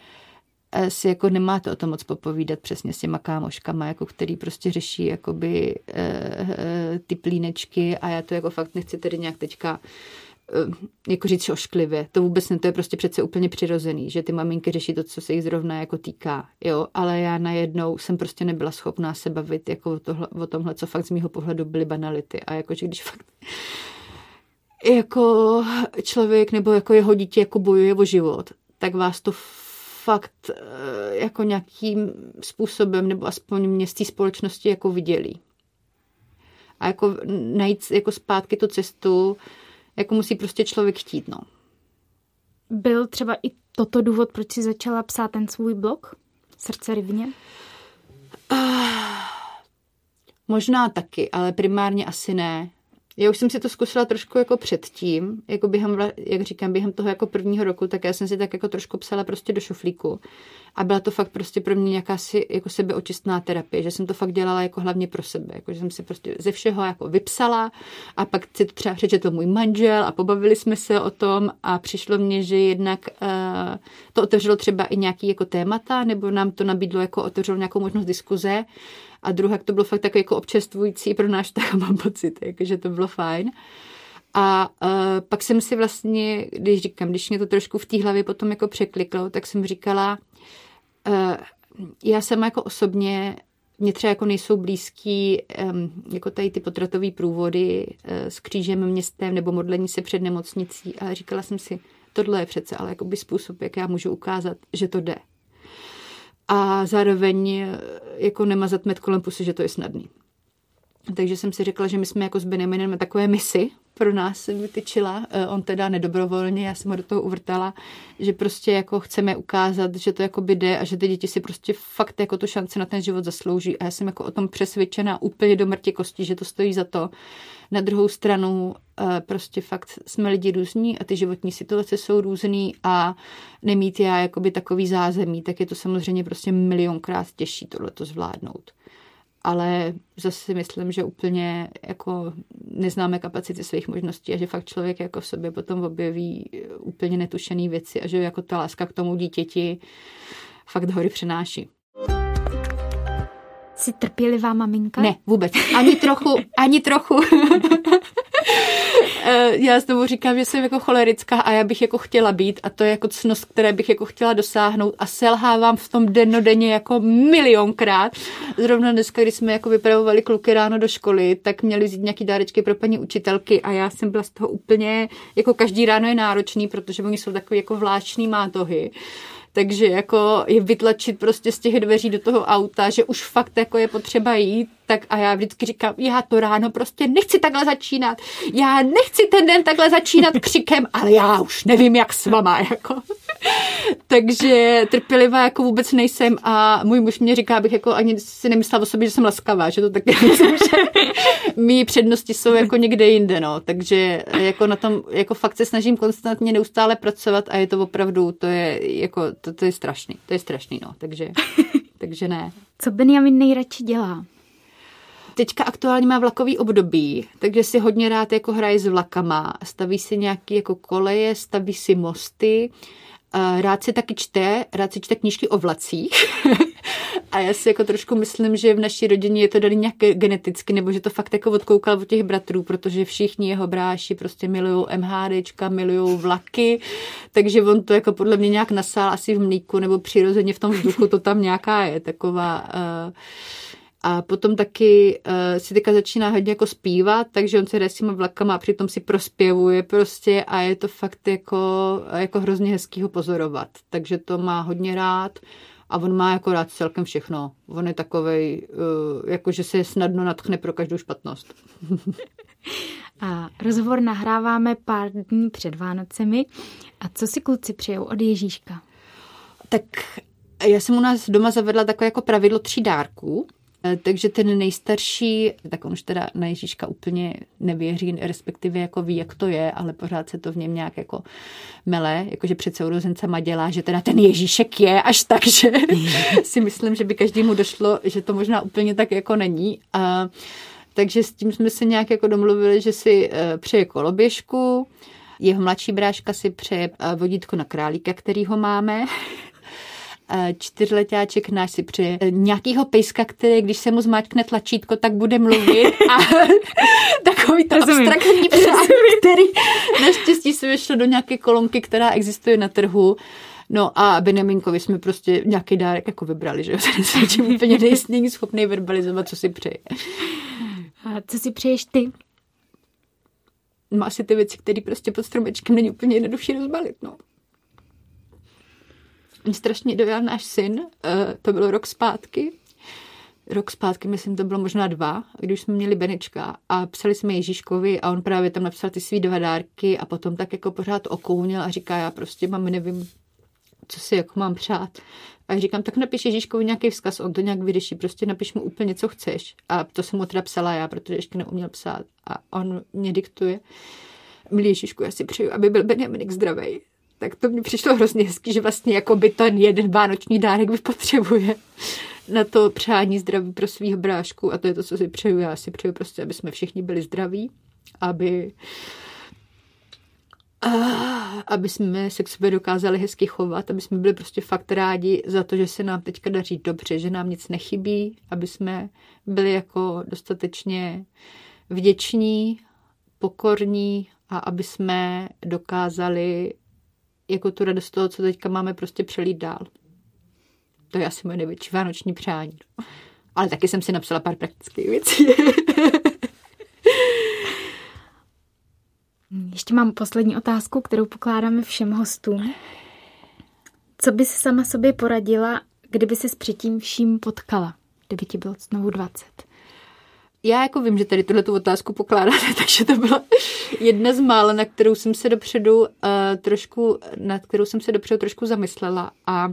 si jako nemáte o tom moc popovídat přesně s těma kámoškama, jako který prostě řeší jakoby e, ty plínečky a já to jako fakt nechci tedy nějak teďka e, jako říct ošklivě. To vůbec ne, to je prostě přece úplně přirozený, že ty maminky řeší to, co se jich zrovna jako týká, jo, ale já najednou jsem prostě nebyla schopná se bavit jako o, tohle, o tomhle, co fakt z mýho pohledu byly banality a jakože když fakt jako člověk nebo jako jeho dítě jako bojuje o život, tak vás to fakt jako nějakým způsobem, nebo aspoň mě z té společnosti jako viděli. A jako najít jako zpátky tu cestu, jako musí prostě člověk chtít, no. Byl třeba i toto důvod, proč jsi začala psát ten svůj blog? Srdce rybně? Uh, možná taky, ale primárně asi ne. Já už jsem si to zkusila trošku jako předtím, jako během, jak říkám, během toho jako prvního roku, tak já jsem si tak jako trošku psala prostě do šuflíku. A byla to fakt prostě pro mě nějaká si, jako sebeočistná terapie, že jsem to fakt dělala jako hlavně pro sebe, jako že jsem si prostě ze všeho jako vypsala a pak si to třeba přečetl můj manžel a pobavili jsme se o tom a přišlo mně, že jednak uh, to otevřelo třeba i nějaký jako témata, nebo nám to nabídlo jako otevřelo nějakou možnost diskuze. A druhá, to bylo fakt takový jako občerstvující pro náš tak mám pocit, jako, že to bylo fajn. A uh, pak jsem si vlastně, když říkám, když mě to trošku v té hlavě potom jako překliklo, tak jsem říkala, uh, já sama jako osobně Mně třeba jako nejsou blízký jako tady ty potratové průvody s křížem, městem nebo modlení se před nemocnicí, ale říkala jsem si, tohle je přece ale jakoby způsob, jak já můžu ukázat, že to jde. A zároveň jako nemazat med kolem pusy, že to je snadný. Takže jsem si řekla, že my jsme jako s Benjaminem takové misi pro nás vytyčila. On teda nedobrovolně, já jsem ho do toho uvrtala, že prostě jako chceme ukázat, že to jako by jde a že ty děti si prostě fakt jako tu šanci na ten život zaslouží. A já jsem jako o tom přesvědčená úplně do mrtě kostí, že to stojí za to. Na druhou stranu prostě fakt jsme lidi různí a ty životní situace jsou různý a nemít já jakoby takový zázemí, tak je to samozřejmě prostě milionkrát těžší tohleto zvládnout. Ale zase si myslím, že úplně jako neznáme kapacity svých možností a že fakt člověk jako v sobě potom objeví úplně netušený věci a že jako ta láska k tomu dítěti fakt hory přenáší. Jsi trpělivá maminka? Ne, vůbec. Ani trochu, ani trochu. Já znovu říkám, že jsem jako cholerická a já bych jako chtěla být a to je jako ctnost, které bych jako chtěla dosáhnout a selhávám v tom dennodenně jako milionkrát. Zrovna dneska, když jsme jako vypravovali kluky ráno do školy, tak měli vzít nějaký dárečky pro paní učitelky a já jsem byla z toho úplně, jako každý ráno je náročný, protože oni jsou takový jako vláčný mátohy. Takže jako je vytlačit prostě z těch dveří do toho auta, že už fakt jako je potřeba jít, tak a já vždycky říkám, já to ráno prostě nechci takhle začínat, já nechci ten den takhle začínat křikem, ale já už nevím, jak s váma, jako. Takže trpělivá jako vůbec nejsem a můj muž mě říká, abych jako ani si nemyslela o sobě, že jsem laskavá, že to taky myslím, že mý přednosti jsou jako někde jinde, no. Takže jako na tom, jako fakt se snažím konstantně neustále pracovat a je to opravdu, to je jako, to, to je strašný, to je strašný, no. Takže, takže ne. Co Benjamin nejradši dělá? Teďka aktuálně má vlakový období, takže si hodně rád jako hraje s vlakama, staví si nějaké jako koleje, staví si mosty, rád si taky čte, rád si čte knížky o vlacích a já si jako trošku myslím, že v naší rodině je to daný nějak geneticky, nebo že to fakt jako odkoukal od těch bratrů, protože všichni jeho bráši prostě milujou MHDčka, milujou vlaky, takže on to jako podle mě nějak nasál asi v mlíku, nebo přirozeně v tom vzduchu to tam nějaká je, taková... Uh, A potom taky uh, si teďka začíná hodně jako zpívat, takže on se jde s těma vlakama a přitom si prospěvuje prostě a je to fakt jako, jako hrozně hezký ho pozorovat. Takže to má hodně rád a on má jako rád celkem všechno. On je takovej, uh, jako že se snadno nadchne pro každou špatnost. A rozhovor nahráváme pár dní před Vánocemi. A co si kluci přejou od Ježíška? Tak já jsem u nás doma zavedla takové jako pravidlo tří dárků. Takže ten nejstarší, tak on už teda na Ježíška úplně nevěří, respektive jako ví, jak to je, ale pořád se to v něm nějak jako mele, jakože před sourozencema dělá, že teda ten Ježíšek je až tak, že si myslím, že by každému došlo, že to možná úplně tak jako není. A, takže s tím jsme se nějak jako domluvili, že si přeje koloběžku, jeho mladší bráška si přeje vodítko na králíka, který ho máme. Čtyřletáček náš si přeje nějakýho pejska, který, když se mu zmáčkne tlačítko, tak bude mluvit a takový to abstraktní přání, který naštěstí se vešlo do nějaké kolonky, která existuje na trhu. No a Benjaminkovi jsme prostě nějaký dárek jako vybrali, že jo, se tím úplně není schopný verbalizovat, co si přeje. A co si přeješ ty? No asi ty věci, které prostě pod stromečkem není úplně jednodušší rozbalit, no. Mě strašně dojal náš syn, to bylo rok zpátky, rok zpátky, myslím, to bylo možná dva, když jsme měli Benečka a psali jsme Ježíškovi a on právě tam napsal ty svý dva dárky a potom tak jako pořád okounil a říká, já prostě mám, nevím, co si jako mám přát. A já říkám, tak napiš Ježíškovi nějaký vzkaz, on to nějak vyřeší, prostě napiš mu úplně, co chceš. A to jsem mu teda psala já, protože ještě neuměl psát a on mě diktuje. Milý Ježíšku, já si přeju, aby byl Benjaminek zdravej. Tak to mi přišlo hrozně hezký, že vlastně jako by ten jeden vánoční dárek vypotřebuje na to přání zdraví pro svýho brášku a to je to, co si přeju. Já si přeju prostě, aby jsme všichni byli zdraví, aby, a, aby jsme se k sobě dokázali hezky chovat, aby jsme byli prostě fakt rádi za to, že se nám teďka daří dobře, že nám nic nechybí, aby jsme byli jako dostatečně vděční, pokorní a aby jsme dokázali jako tu radost toho, co teďka máme, prostě přelít dál. To je asi moje největší vánoční přání. Ale taky jsem si napsala pár praktických věcí. Ještě mám poslední otázku, kterou pokládáme všem hostům. Co by si sama sobě poradila, kdyby si s předtím vším potkala, kdyby ti bylo znovu dvacet? Já jako vím, že tady tuhletu otázku pokládáte, takže to byla jedna z mála, na kterou jsem se dopředu uh, trošku, nad kterou jsem se dopředu trošku zamyslela. A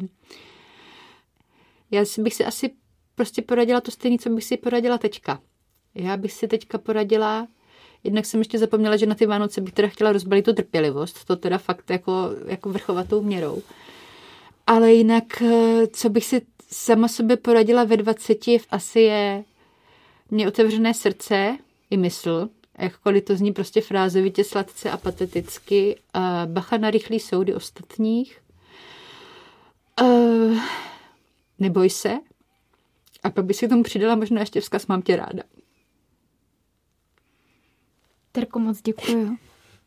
já si bych si asi prostě poradila to stejné, co bych si poradila teďka. Já bych si teďka poradila, jednak jsem ještě zapomněla, že na ty Vánoce bych teda chtěla rozbalit tu trpělivost, to teda fakt jako, jako vrchovatou měrou. Ale jinak, co bych si sama sobě poradila ve dvaceti, asi je mě otevřené srdce i mysl, jakkoliv to zní prostě frázovitě, sladce a pateticky, a bacha na rychlý soudy ostatních, uh, neboj se, a pak bych si k tomu přidala možná ještě vzkaz mám tě ráda. Terko, moc děkuju.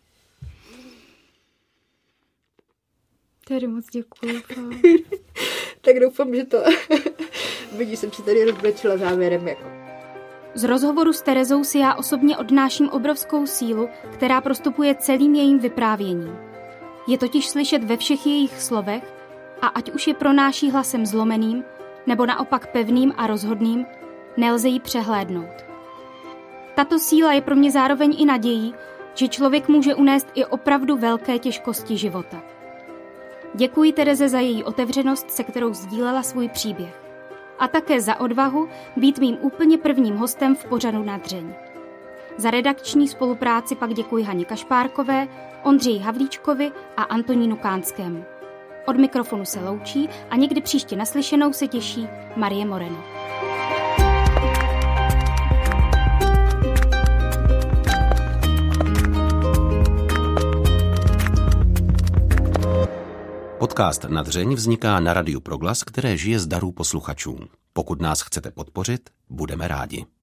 Tady moc děkuju. Tak doufám, že to vidíš, jsem si tady rozblečila závěrem. Jako. Z rozhovoru s Terezou si já osobně odnáším obrovskou sílu, která prostupuje celým jejím vyprávěním. Je totiž slyšet ve všech jejich slovech a ať už je pronáší hlasem zlomeným, nebo naopak pevným a rozhodným, nelze ji přehlédnout. Tato síla je pro mě zároveň i nadějí, že člověk může unést i opravdu velké těžkosti života. Děkuji Tereze za její otevřenost, se kterou sdílela svůj příběh. A také za odvahu být mým úplně prvním hostem v pořadu Na dřeň. Za redakční spolupráci pak děkuji Haně Kašpárkové, Ondřeji Havlíčkovi a Antonínu Kánskému. Od mikrofonu se loučí a někdy příště naslyšenou se těší Marie Moreno. Podcast Na dřeň vzniká na Radiu Proglas, které žije z darů posluchačů. Pokud nás chcete podpořit, budeme rádi.